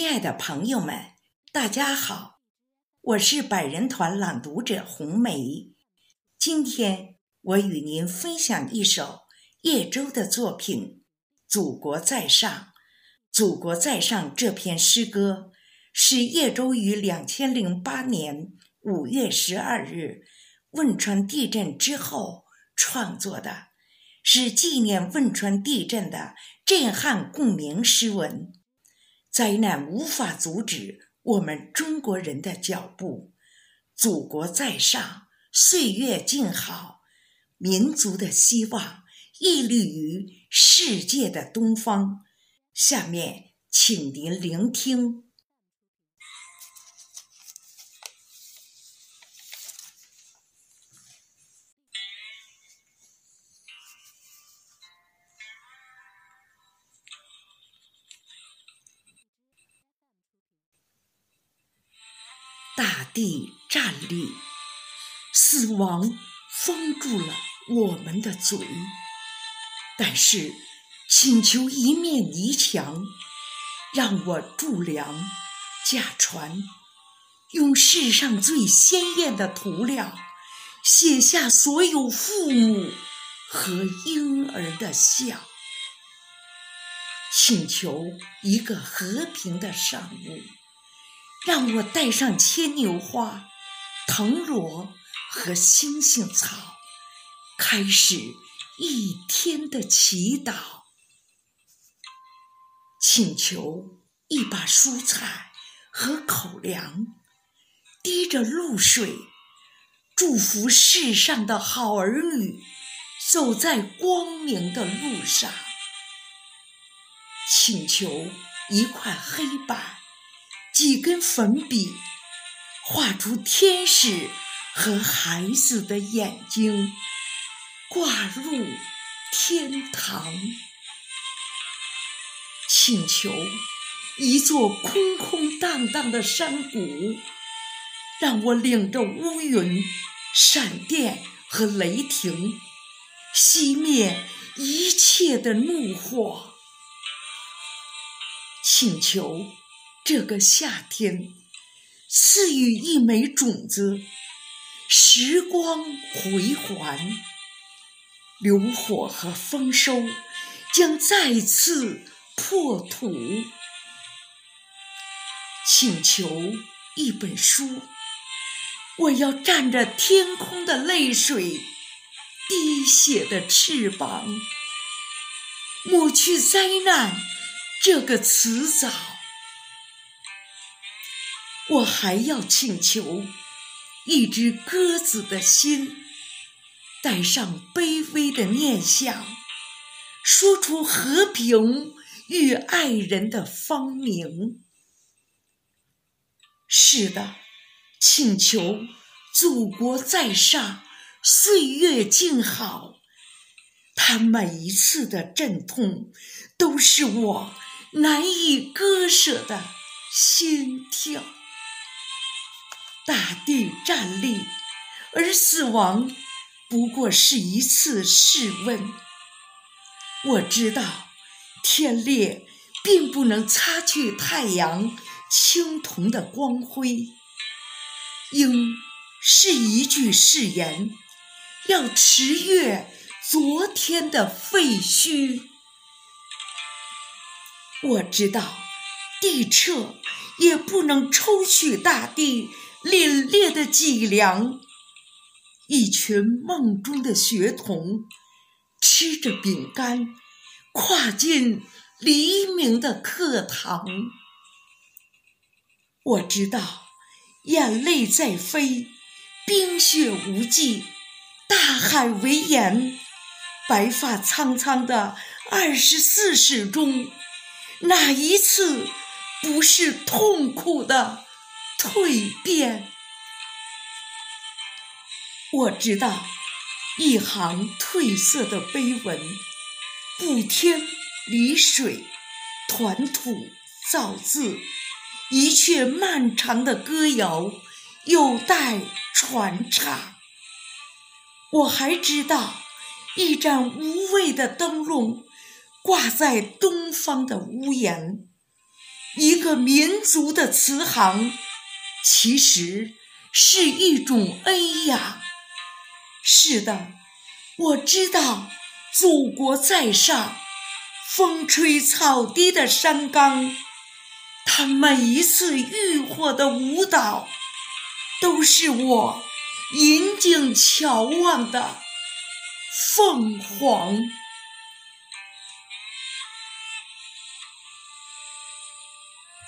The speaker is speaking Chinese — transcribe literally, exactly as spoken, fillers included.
亲爱的朋友们，大家好，我是百人团朗读者红梅。今天我与您分享一首叶舟的作品《祖国在上》。《祖国在上》这篇诗歌是叶舟于两千零八年五月十二日汶川地震之后创作的，是纪念汶川地震的震撼共鸣诗文。灾难无法阻止我们中国人的脚步，祖国在上，岁月静好，民族的希望屹立于世界的东方。下面请您聆听。大地站立，死亡封住了我们的嘴，但是请求一面泥墙，让我筑梁架船，用世上最鲜艳的涂料写下所有父母和婴儿的笑，请求一个和平的上午，让我带上牵牛花、藤萝和星星草，开始一天的祈祷。请求一把蔬菜和口粮，滴着露水，祝福世上的好儿女走在光明的路上。请求一块黑板，几根粉笔，画出天使和孩子的眼睛，挂入天堂。请求一座空空荡荡的山谷，让我领着乌云、闪电和雷霆，熄灭一切的怒火。请求这个夏天赐予一枚种子，时光回还，流火和丰收将再次破土。请求一本书，我要蘸着天空的泪水，滴血的翅膀，抹去灾难这个词藻。我还要请求一只鸽子的心，带上卑微的念想，说出和平与爱人的芳名。是的，请求祖国在上，岁月静好。它每一次的阵痛，都是我难以割舍的心跳。大地站立，而死亡不过是一次试问。我知道天裂并不能擦去太阳青铜的光辉，应是一句誓言，要驰越昨天的废墟。我知道地彻也不能抽取大地凛冽的脊梁。一群梦中的学童吃着饼干，跨进黎明的课堂。我知道眼泪在飞，冰雪无际，大海为盐。白发苍苍的二十四史中，哪一次不是痛苦的蜕变？我知道一行褪色的碑文，不添离水，团土造字，一阙漫长的歌谣有待传唱。我还知道一盏无畏的灯笼挂在东方的屋檐， 一个民族的慈航，其实是一种恩呀。是的，我知道祖国在上，风吹草低的山岗，它每一次浴火的舞蹈，都是我引颈瞧望的凤凰。